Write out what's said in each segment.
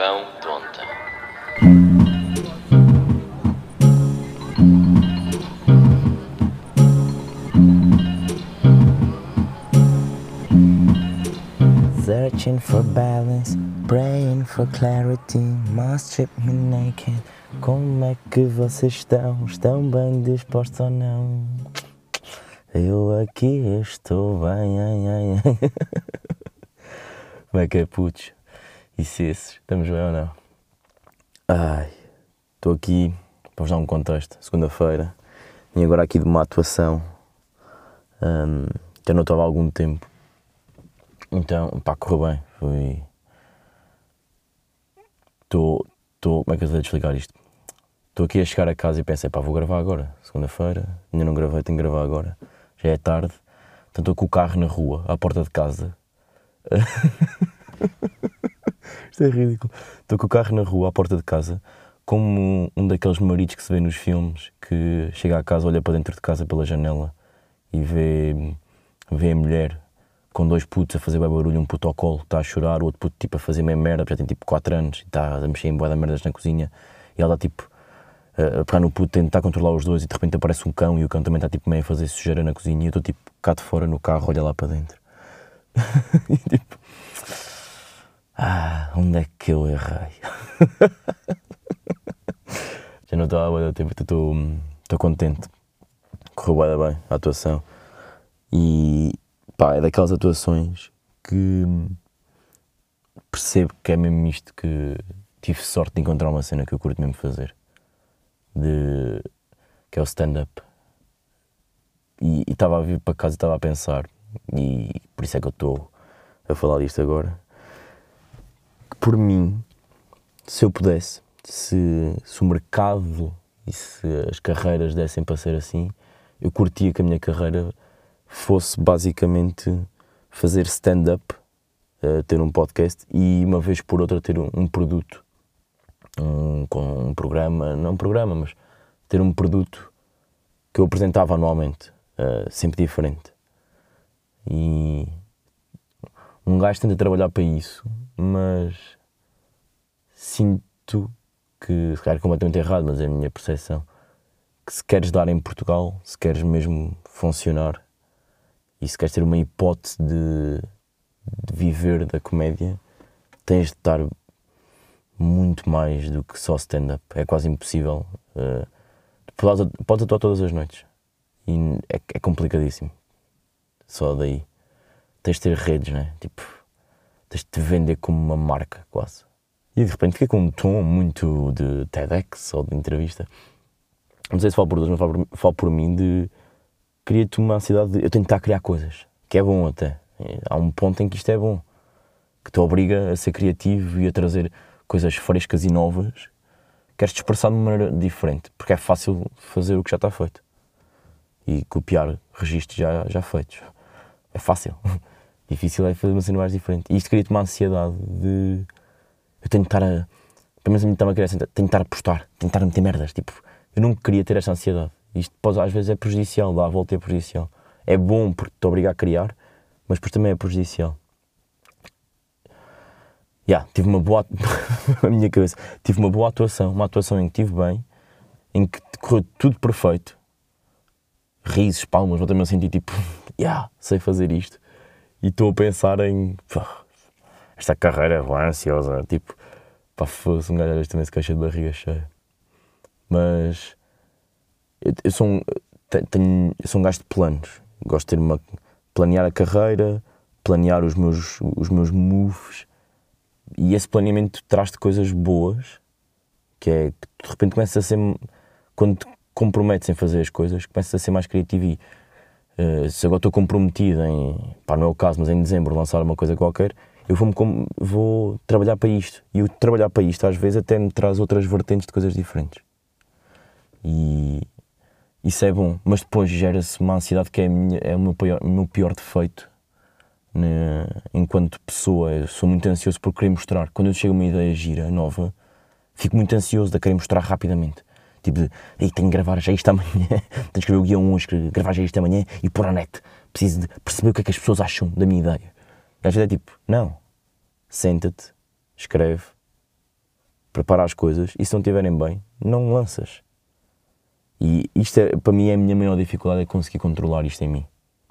Multidão tonta. Searching for balance, praying for clarity, must strip me naked. Como é que vocês estão? Estão bem dispostos ou não? Eu aqui estou bem, ai, ai, ai. Como é que é, putos? E se esses? Estamos bem ou não? Ai, estou aqui para vos dar um contexto. Segunda-feira, e agora aqui de uma atuação que eu não estava há algum tempo. Então, pá, correu bem. Foi. Como é que eu vou te explicar isto? Estou aqui a chegar a casa e pensei, pá, vou gravar agora. Segunda-feira, ainda não gravei, tenho que gravar agora. Já é tarde. Então estou com o carro na rua, à porta de casa. Isto é ridículo. Estou com o carro na rua, à porta de casa, como um daqueles maridos que se vê nos filmes, que chega à casa, olha para dentro de casa pela janela e vê a mulher com dois putos a fazer bem barulho, um puto ao colo, está a chorar, o outro puto tipo a fazer meia merda, já tem tipo 4 anos, e está a mexer em bué de merdas na cozinha, e ela está tipo a pegar no puto, tentar controlar os dois, e de repente aparece um cão, e o cão também está tipo meio a fazer sujeira na cozinha, e eu estou tipo cá de fora no carro, olha lá para dentro. E tipo, onde é que eu errei? Já não estou há muito tempo, estou contente. Correu bem a atuação. E pá, é daquelas atuações que percebo que é mesmo isto, que tive sorte de encontrar uma cena que eu curto mesmo fazer. Que é o stand-up. E estava a vir para casa e estava a pensar, e por isso é que eu estou a falar disto agora, que por mim, se eu pudesse, se o mercado e se as carreiras dessem para ser assim, eu curtia que a minha carreira fosse basicamente fazer stand-up, ter um podcast e uma vez por outra ter um produto, com um programa, não um programa, mas ter um produto que eu apresentava anualmente, sempre diferente. E um gajo tenta trabalhar para isso, mas sinto que, se calhar é completamente errado, mas é a minha percepção, que se queres dar em Portugal, se queres mesmo funcionar e se queres ter uma hipótese de viver da comédia, tens de dar muito mais do que só stand-up. É quase impossível. Podes atuar todas as noites e é complicadíssimo. Só daí tens de ter redes, né? Tipo, tens de te vender como uma marca quase. E de repente fica com um tom muito de TEDx ou de entrevista. Não sei se falo por todos, mas falo por mim, cria-te uma ansiedade de eu tentar criar coisas, que é bom até. Há um ponto em que isto é bom, que te obriga a ser criativo e a trazer coisas frescas e novas. Queres te expressar de uma maneira diferente, porque é fácil fazer o que já está feito e copiar registros já feitos. É fácil. Difícil é fazer uma cena mais diferente. E isto cria-te uma ansiedade de eu tenho que estar a... Pelo menos a mim estava a criar, tenho que estar a postar, tenho que estar a meter merdas. Tipo, eu não queria ter esta ansiedade. Isto às vezes é prejudicial, dá a volta e é prejudicial. É bom porque te obriga a criar, mas depois também é prejudicial. Tive uma boa... a minha cabeça. Tive uma boa atuação, uma atuação em que estive bem, em que correu tudo perfeito. Risos, palmas, vou também sentir tipo, sei fazer isto. E estou a pensar em... esta carreira é bem ansiosa, tipo, fosse um gajo às vezes também se queixa de barriga cheia. Mas eu sou um gajo de planos, gosto de planear a carreira, planear os meus moves, e esse planeamento traz-te coisas boas, que é que de repente começas a ser, quando te comprometes em fazer as coisas, começas a ser mais criativo e se agora estou comprometido não é o caso, mas em dezembro lançar uma coisa qualquer, eu vou trabalhar para isto. E o trabalhar para isto às vezes até me traz outras vertentes de coisas diferentes. E isso é bom, mas depois gera-se uma ansiedade que é o meu pior defeito. Enquanto pessoa, eu sou muito ansioso por querer mostrar. Quando eu chego a uma ideia gira, nova, fico muito ansioso de querer mostrar rapidamente. Tipo de, tenho que gravar já isto amanhã, tenho que escrever o guião hoje, gravar já isto amanhã e pôr à net. Preciso de perceber o que é que as pessoas acham da minha ideia. E às vezes é tipo, não, senta-te, escreve, prepara as coisas e se não estiverem bem, não lanças. E isto para mim é a minha maior dificuldade, é conseguir controlar isto em mim.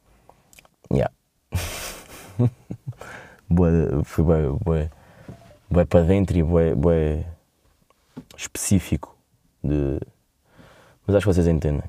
Fui bué para dentro e bué específico. Mas acho que vocês entendem.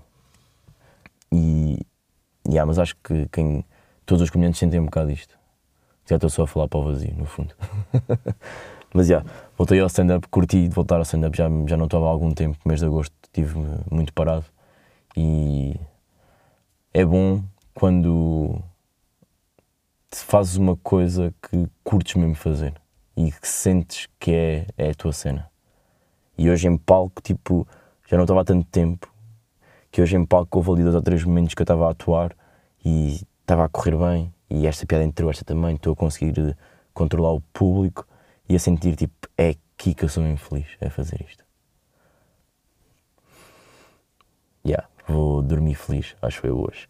Mas acho que todos os comediantes sentem um bocado isto. Já estou só a falar para o vazio, no fundo. Mas voltei ao stand-up, curti de voltar ao stand-up, já não estava há algum tempo, mês de agosto estive muito parado. E é bom quando fazes uma coisa que curtes mesmo fazer e que sentes que é a tua cena. E hoje em palco, tipo, já não estava há tanto tempo, que hoje em palco houve ali 2 ou 3 momentos que eu estava a atuar e estava a correr bem, e esta piada entrou, esta também, estou a conseguir controlar o público e a sentir, tipo, é aqui que eu sou mesmo feliz, é fazer isto. Vou dormir feliz, acho eu hoje.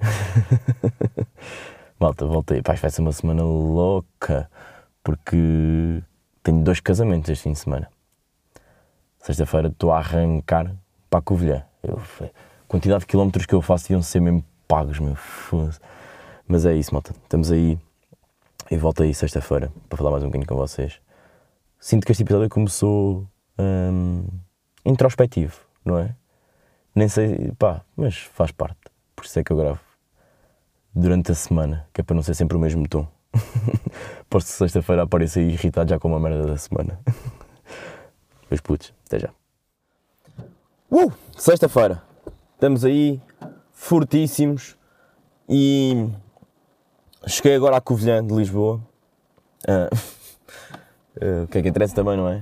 Malta, voltei. Vai ser uma semana louca, porque tenho 2 casamentos este fim de semana. Sexta-feira estou a arrancar para a Covilhã. A quantidade de quilómetros que eu faço iam ser mesmo pagos, meu. Mas é isso, malta. Estamos aí e volto aí sexta-feira para falar mais um bocadinho com vocês. Sinto que este episódio começou introspectivo, não é? Nem sei, mas faz parte. Por isso é que eu gravo durante a semana, que é para não ser sempre o mesmo tom. Posso sexta-feira aparecer irritado já com uma merda da semana. Meus putos, até já. Sexta-feira. Estamos aí, fortíssimos. E cheguei agora à Covilhã de Lisboa. O que é que interessa também, não é?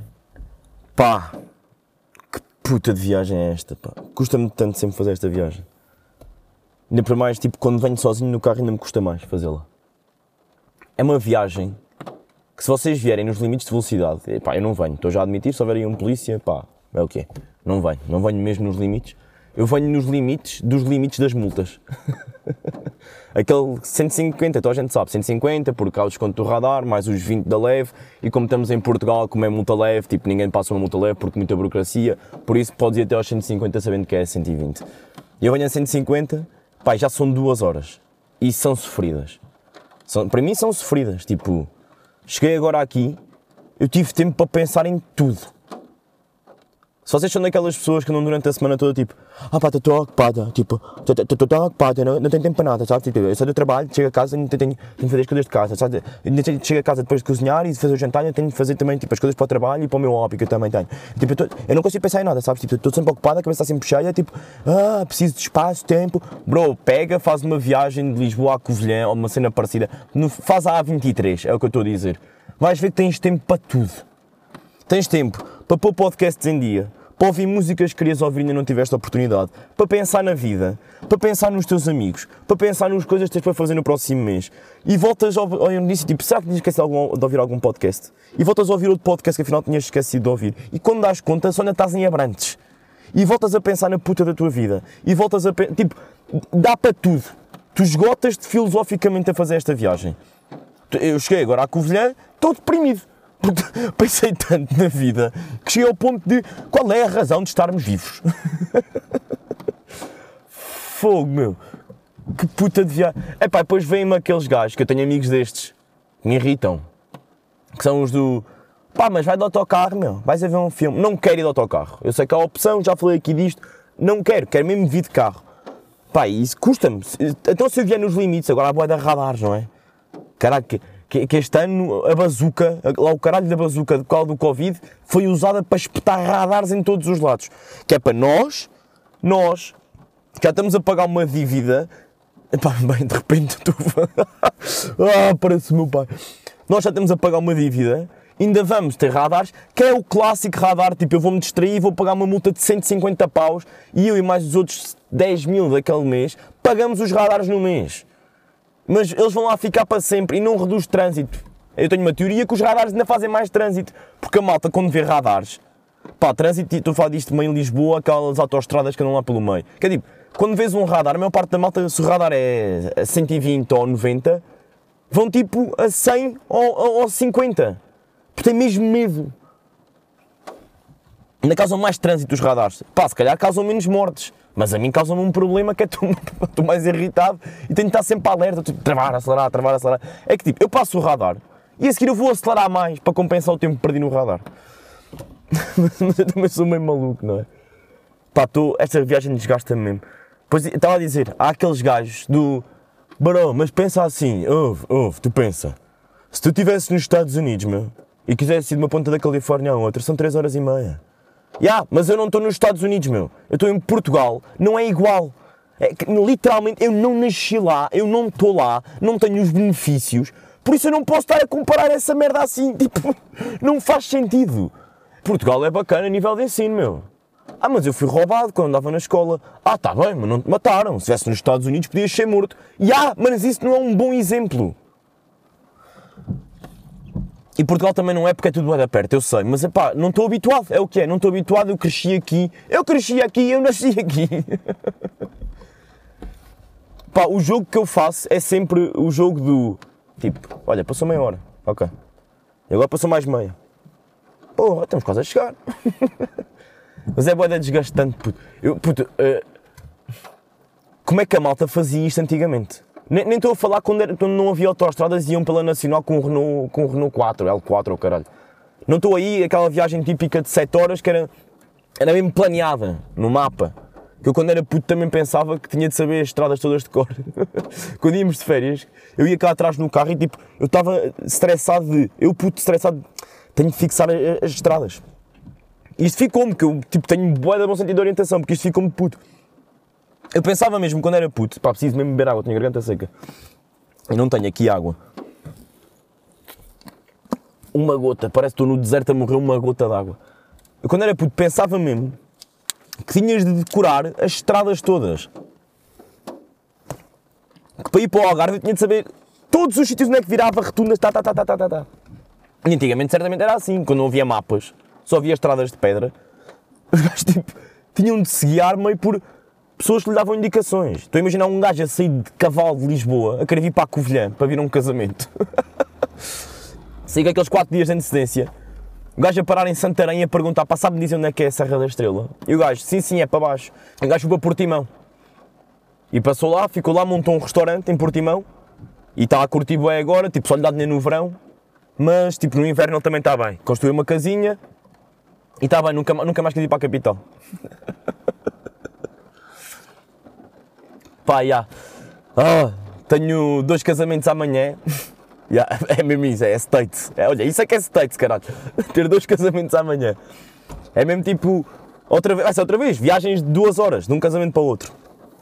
Que puta de viagem é esta, Custa-me tanto sempre fazer esta viagem. Ainda por mais, tipo, quando venho sozinho no carro ainda me custa mais fazê-la. É uma viagem que se vocês vierem nos limites de velocidade, eu não venho, estou já a admitir, se houver aí um polícia, é o quê? Não venho mesmo nos limites. Eu venho nos limites dos limites das multas. Aquele 150, então a gente sabe, 150, porque há o desconto do radar, mais os 20 da leve, e como estamos em Portugal, como é multa leve, tipo, ninguém passa uma multa leve porque muita burocracia, por isso podes ir até aos 150 sabendo que é 120. E eu venho a 150, já são 2 horas, e são sofridas. Para mim são sofridas, tipo, cheguei agora aqui, eu tive tempo para pensar em tudo. Se vocês são daquelas pessoas que andam durante a semana toda tipo, estou ocupada, tipo, estou ocupada, não tenho tempo para nada, sabe? Tipo, eu saio do trabalho, chego a casa, tenho de fazer as coisas de casa, sabe? Chego a casa depois de cozinhar e de fazer o jantar, eu tenho de fazer também tipo, as coisas para o trabalho e para o meu hobby que eu também tenho. Tipo, eu não consigo pensar em nada, sabes? Tipo, estou sempre ocupada, a cabeça está sempre cheia, tipo, preciso de espaço, tempo. Bro, faz uma viagem de Lisboa a Covilhã ou uma cena parecida, faz a A23, é o que eu estou a dizer. Vais ver que tens tempo para tudo. Tens tempo para pôr podcasts em dia, para ouvir músicas que querias ouvir e ainda não tiveste a oportunidade, para pensar na vida, para pensar nos teus amigos, para pensar nas coisas que tens para fazer no próximo mês. E voltas ao início, tipo, será que tinhas esquecido de ouvir algum podcast? E voltas a ouvir outro podcast que afinal tinhas esquecido de ouvir. E quando dás conta, só ainda estás em Abrantes. E voltas a pensar na puta da tua vida. E voltas a pensar, tipo, dá para tudo. Tu esgotas-te filosoficamente a fazer esta viagem. Eu cheguei agora à Covilhã, estou deprimido. Porque pensei tanto na vida que cheguei ao ponto de qual é a razão de estarmos vivos? Fogo, meu. Que puta de viagem. Depois vêm-me aqueles gajos, que eu tenho amigos destes, que me irritam. Que são os do... mas vai de autocarro, meu. Vais a ver um filme. Não quero ir de autocarro. Eu sei que há opção, já falei aqui disto. Não quero mesmo vir de carro. Isso custa-me. Então se eu vier nos limites, agora há boia de radares, não é? Caraca, que este ano a bazuca, lá o caralho da bazuca por causa do Covid, foi usada para espetar radares em todos os lados. Que é para nós, já estamos a pagar uma dívida. Bem, de repente estou... parece o meu pai. Nós já estamos a pagar uma dívida, ainda vamos ter radares, que é o clássico radar, tipo, eu vou-me distrair e vou pagar uma multa de 150 paus e eu e mais os outros 10 mil daquele mês, pagamos os radares no mês. Mas eles vão lá ficar para sempre e não reduz trânsito. Eu tenho uma teoria que os radares ainda fazem mais trânsito, porque a malta quando vê radares, trânsito, estou a falar disto meio em Lisboa, aquelas autoestradas que andam lá pelo meio, que é tipo, quando vês um radar, a maior parte da malta, se o radar é a 120 ou 90, vão tipo a 100 ou 50, porque tem mesmo medo. Ainda causam mais trânsito os radares. Pá, se calhar causam menos mortes. Mas a mim causa-me um problema que é estou mais irritado e tenho de estar sempre alerta. Tipo, travar, acelerar. É que tipo, eu passo o radar e a seguir eu vou acelerar mais para compensar o tempo que perdi no radar. Mas eu também sou meio maluco, não é? Pá, esta viagem desgasta-me mesmo. Pois estava a dizer, há aqueles gajos do... Bro, mas pensa assim, ouve, tu pensa. Se tu estivesse nos Estados Unidos, meu, e quisesse ir de uma ponta da Califórnia a outra, são 3 horas e meia. Mas eu não estou nos Estados Unidos, meu. Eu estou em Portugal, não é igual. É que, literalmente, eu não nasci lá, eu não estou lá, não tenho os benefícios, por isso eu não posso estar a comparar essa merda assim, tipo, não faz sentido. Portugal é bacana a nível de ensino, meu. Mas eu fui roubado quando andava na escola. Tá bem, mas não te mataram. Se estivesse nos Estados Unidos podias ser morto. Mas isso não é um bom exemplo. E Portugal também não é porque é tudo bem perto, eu sei. Mas não estou habituado, é o que é. Não estou habituado, eu cresci aqui, eu nasci aqui. O jogo que eu faço é sempre o jogo do... Tipo, olha, passou meia hora, ok. E agora passou mais meia. Porra, estamos quase a chegar. Mas é bué desgastante, puto. Como é que a malta fazia isto antigamente? Nem estou a falar quando não havia autoestradas e iam pela Nacional com o Renault 4, L4 ou caralho. Não estou aí aquela viagem típica de 7 horas que era mesmo planeada no mapa. Que eu quando era puto também pensava que tinha de saber as estradas todas de cor. Quando íamos de férias, eu ia cá atrás no carro e tipo, eu estava estressado tenho de fixar as estradas. Isto ficou-me, que eu tipo, tenho bué de bom sentido de orientação, porque isto ficou-me puto. Eu pensava mesmo quando era puto, preciso mesmo beber água, tenho a garganta seca. Eu não tenho aqui água. Uma gota, parece que estou no deserto a morrer uma gota de água. Eu quando era puto pensava mesmo que tinhas de decorar as estradas todas. Que para ir para o Algarve eu tinha de saber todos os sítios onde é que virava, rotundas, E antigamente certamente era assim, quando não havia mapas, só havia estradas de pedra, os gajos tipo, tinham de se guiar meio por pessoas que lhe davam indicações. Estou a imaginar um gajo a sair de Cavalo de Lisboa, a querer vir para a Covilhã, para vir a um casamento. Saí com aqueles 4 dias de antecedência, o gajo a parar em Santarém a perguntar, sabe-me dizer onde é que é a Serra da Estrela? E o gajo, sim, é para baixo. O gajo foi para Portimão. E passou lá, ficou lá, montou um restaurante em Portimão, e está a curtir bué agora, tipo, só lhe dá dinheiro no verão, mas tipo, no inverno ele também está bem. Construiu uma casinha, e está bem, nunca mais quis ir para a capital. Tenho 2 casamentos amanhã. É mesmo isso, é States. Olha, isso é que é States, caralho. Ter 2 casamentos amanhã. É mesmo tipo, vai ser outra vez, viagens de 2 horas, de um casamento para o outro.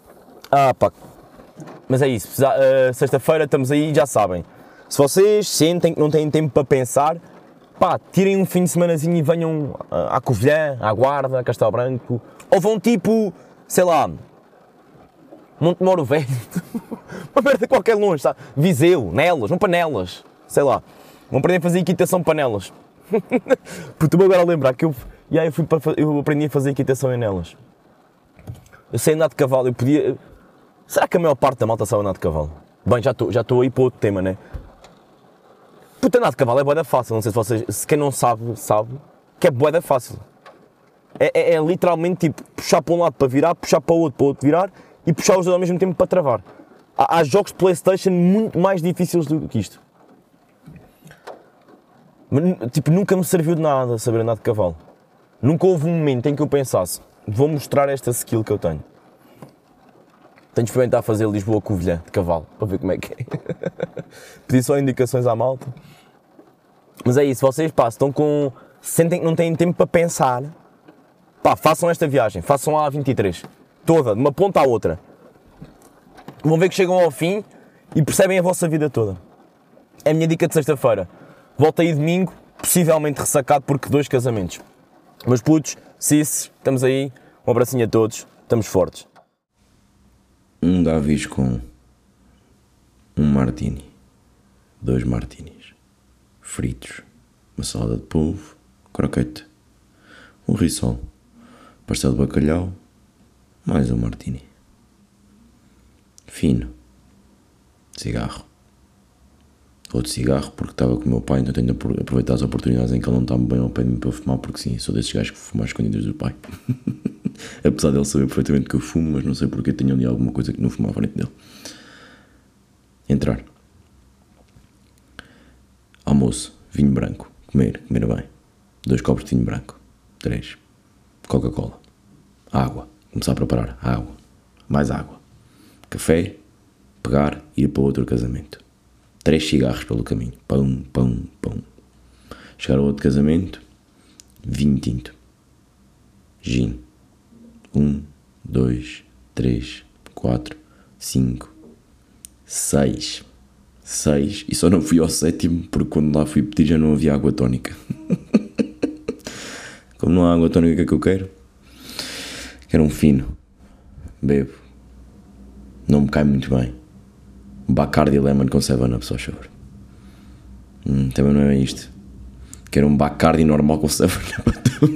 Mas é isso, sexta-feira estamos aí, já sabem. Se vocês sentem que não têm tempo para pensar, tirem um fim de semanazinho e venham à Covilhã, à Guarda, a Castelo Branco. Ou vão tipo, sei lá, Monte Moro Velho, uma merda qualquer longe, sabe? Viseu, Nelas, vão para Nelas, sei lá. Vão aprender a fazer equitação para Nelas. Porque estou-me agora a lembrar que eu aprendi a fazer equitação em Nelas. Eu sei andar de cavalo, eu podia... Será que a maior parte da malta sabe andar de cavalo? Bem, já estou aí para outro tema, né? Puta, andar de cavalo é bué da fácil, não sei se vocês... Se quem não sabe que é bué da fácil. É literalmente tipo, puxar para um lado para virar, puxar para o outro virar e puxar os dois ao mesmo tempo para travar. Há jogos de PlayStation muito mais difíceis do que isto. Mas, tipo, nunca me serviu de nada saber andar de cavalo. Nunca houve um momento em que eu pensasse, vou mostrar esta skill que eu tenho. Tenho de experimentar fazer Lisboa-Covilhã de cavalo, para ver como é que é. Pedi só indicações à malta. Mas é isso, vocês estão com... Sentem que não têm tempo para pensar. Façam esta viagem, façam a A23. Toda, de uma ponta à outra. Vão ver que chegam ao fim e percebem a vossa vida toda. É a minha dica de sexta-feira. Volto aí domingo, possivelmente ressacado porque 2 casamentos. Meus putos, cis, estamos aí. Um abracinho a todos, estamos fortes. Um Davis com um martini, 2 martinis, fritos, uma salada de polvo, croquete, um rissol, pastel de bacalhau, mais um martini. Fino, cigarro. outro cigarro, porque estava com o meu pai, então tenho de aproveitar as oportunidades em que ele não está bem ao pé de mim para fumar, porque sim, sou desses gajos que fumam às escondidas do pai. Apesar dele saber perfeitamente que eu fumo, mas não sei porque tenho ali alguma coisa que não fumo à frente dele. Entrar. Almoço, vinho branco, comer bem. 2 copos de vinho branco. 3. Coca-Cola. Água. Começar a preparar água. Mais água. Café. Pegar e ir para outro casamento. 3 cigarros pelo caminho. Pão. Chegar a outro casamento. Vinho tinto. Gin. 1, 2, 3, 4, 5, 6. 6. E só não fui ao 7º porque quando lá fui pedir já não havia água tónica. Como não há água tónica que eu quero um fino. Bebo. Não me cai muito bem. Bacardi Lemon com 7-Up, só chover. Também não é isto. Quero um Bacardi normal com 7-Up.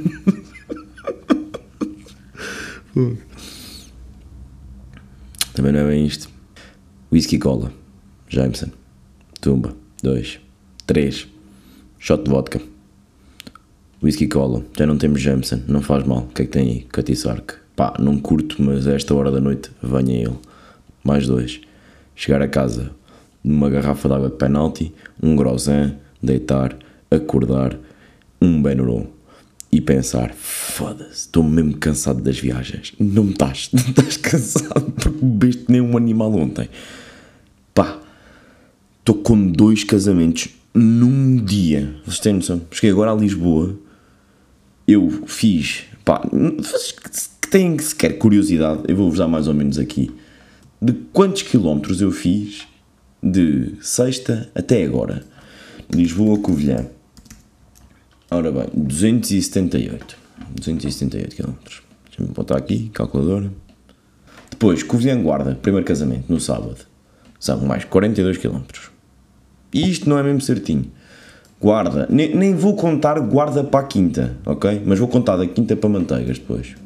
Também não é bem isto. Whisky Cola. Jameson. Tumba. 2. 3. Shot de vodka. Whisky Cola. Já não temos Jameson. Não faz mal. O que é que tem aí? Cutty Sark. Pá, não curto, mas a esta hora da noite venha ele. Mais 2. Chegar a casa numa garrafa de água de penalti, um grosan, deitar, acordar, um Benuron e pensar, foda-se, estou mesmo cansado das viagens. Não estás cansado porque bebeste nem um animal ontem. Pá, estou com 2 casamentos num dia. Vocês têm noção? Cheguei agora a Lisboa, eu fiz, pá, vocês que têm sequer curiosidade, eu vou-vos dar mais ou menos aqui, de quantos quilómetros eu fiz de sexta até agora. Lisboa-Covilhã. Ora bem, 278 km. Deixa-me botar aqui, calculadora. Depois, Covilhã-Guarda, primeiro casamento, no sábado. São mais 42 km. E isto não é mesmo certinho. Guarda, nem vou contar Guarda para a quinta, ok? Mas vou contar da quinta para Manteigas depois.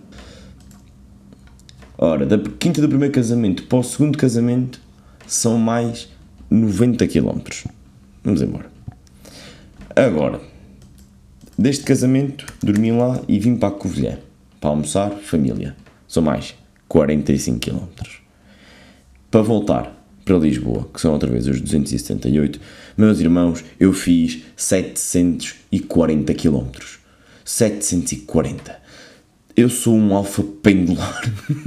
Ora, da quinta do primeiro casamento para o segundo casamento são mais 90 km. Vamos embora. Agora, deste casamento, dormi lá e vim para a Covilhã. Para almoçar, família. São mais 45 km. Para voltar para Lisboa, que são outra vez os 278, meus irmãos, eu fiz 740 km. 740. Eu sou um alfa pendular.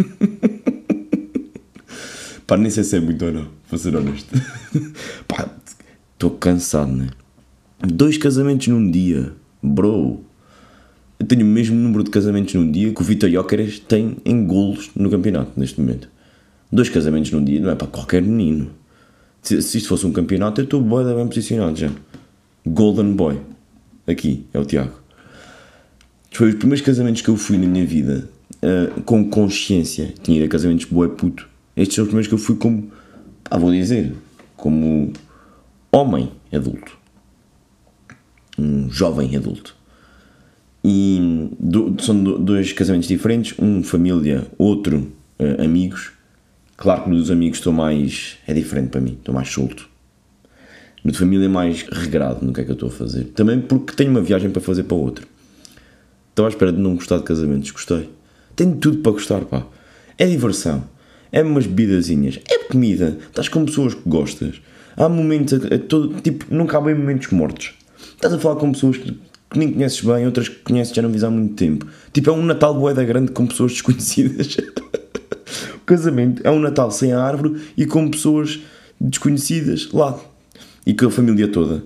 Pá, nem sei se é muito ou não, vou ser honesto. Pá, estou cansado, né? 2 casamentos num dia, bro. Eu tenho o mesmo número de casamentos num dia que o Vitor Gyökeres tem em golos no campeonato, neste momento. 2 casamentos num dia não é para qualquer menino. Se isto fosse um campeonato, eu estou bem posicionado já. Golden Boy. Aqui, é o Tiago. Foi os primeiros casamentos que eu fui na minha vida com consciência. Tinha ido a casamentos bué puto. Estes são os primeiros que eu fui como, vou dizer, como homem adulto. Um jovem adulto. E são 2 casamentos diferentes. Um família, outro amigos. Claro que no dos amigos estou mais... é diferente para mim, estou mais solto. No de família é mais regrado no que é que eu estou a fazer. Também porque tenho uma viagem para fazer para outra. Estava à espera de não gostar de casamentos, gostei. Tenho tudo para gostar, pá. É diversão, é umas bebidazinhas, é comida, estás com pessoas que gostas. Há momentos, tipo, nunca há bem momentos mortos. Estás a falar com pessoas que nem conheces bem, outras que conheces já não vis há muito tempo. Tipo, é um Natal bué da grande com pessoas desconhecidas. O casamento é um Natal sem a árvore e com pessoas desconhecidas lá. E com a família toda.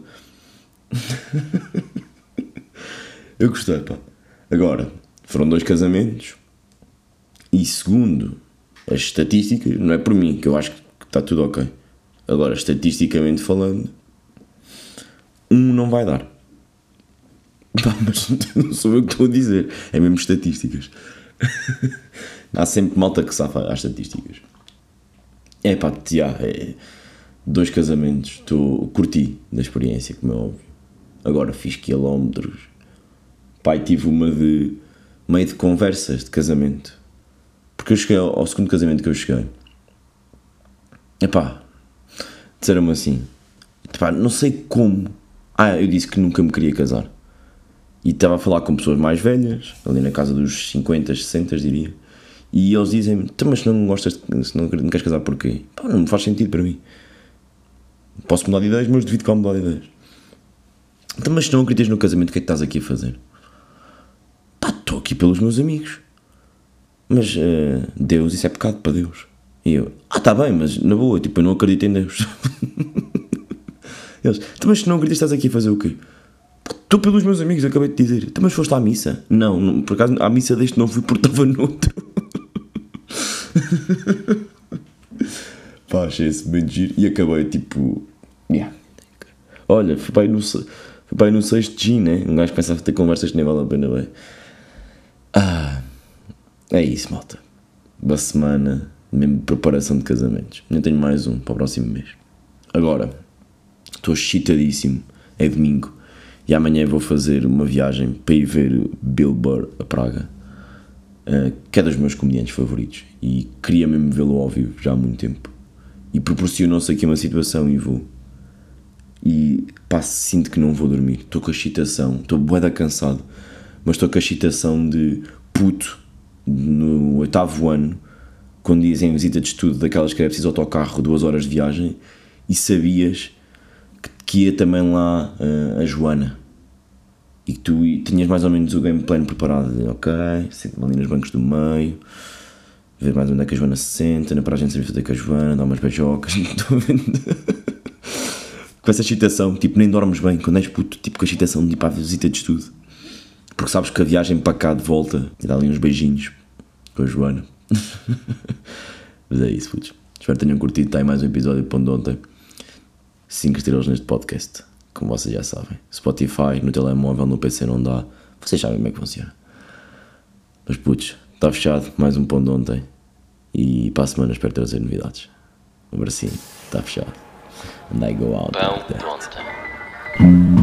Eu gostei, pá. Agora, foram 2 casamentos e segundo as estatísticas, não é por mim, que eu acho que está tudo ok. Agora, estatisticamente falando, um não vai dar. Pá, mas não sou eu que estou a dizer, é mesmo estatísticas. Há sempre malta que safa às estatísticas. É pá, 2 casamentos, curti da experiência, como é óbvio. Agora fiz quilómetros. Pai, tive uma de meio de conversas de casamento. Porque eu cheguei ao segundo casamento que eu cheguei. Epá, disseram-me assim, Pá, não sei como. Eu disse que nunca me queria casar. E estava a falar com pessoas mais velhas, ali na casa dos 50, 60, diria. E eles dizem-me, mas se não gostas, se não queres casar, porquê? Pá, não faz sentido para mim. Posso mudar de ideias, mas duvido que vá mudar de ideias. Mas se não acreditas no casamento, o que é que estás aqui a fazer? Pá, estou aqui pelos meus amigos. Mas Deus, isso é pecado para Deus. E eu, está bem, mas na boa, tipo, eu não acredito em Deus. Eles, mas se não acreditas, estás aqui a fazer o quê? Estou pelos meus amigos, acabei de dizer. Mas foste à missa? Não, por acaso à missa deste não fui porque estava noutro. Pá, achei esse bem giro. E acabei tipo. Yeah. Olha, fui para aí no sexto G, né? Um gajo pensa a ter conversas que nem vale a pena bem. É isso, malta. Uma semana, mesmo de preparação de casamentos. Eu tenho mais um para o próximo mês. Agora, estou excitadíssimo. É domingo. E amanhã vou fazer uma viagem para ir ver Bill Burr a Praga, que é dos meus comediantes favoritos. E queria mesmo vê-lo ao vivo já há muito tempo. E proporcionou-se aqui uma situação e vou. E pá, sinto que não vou dormir. Estou com a excitação. Estou bué da cansado. Mas estou com a excitação de puto no 8º ano, quando dizem visita de estudo daquelas que era preciso autocarro 2 horas de viagem e sabias que ia também lá a Joana e que tu tinhas mais ou menos o game plan preparado de, ok, sento-me ali nos bancos do meio, ver mais onde é que a Joana se senta, na paragem de serviço da que a Joana, dá umas beijocas. Com essa excitação, tipo, nem dormes bem quando és puto, tipo, com a excitação de ir para a visita de estudo, porque sabes que a viagem para cá de volta e dá ali uns beijinhos com a Joana. Mas é isso, putos. Espero que tenham curtido. Está aí mais um episódio de Pão de Ontem. 5 estrelas neste podcast, como vocês já sabem. Spotify, no telemóvel, no PC não dá. Vocês sabem como é que funciona. Mas putos, está fechado. Mais um Pão de Ontem. E para a semana espero trazer novidades. Um abracinho. Está fechado. And I go out. Pão de Ontem.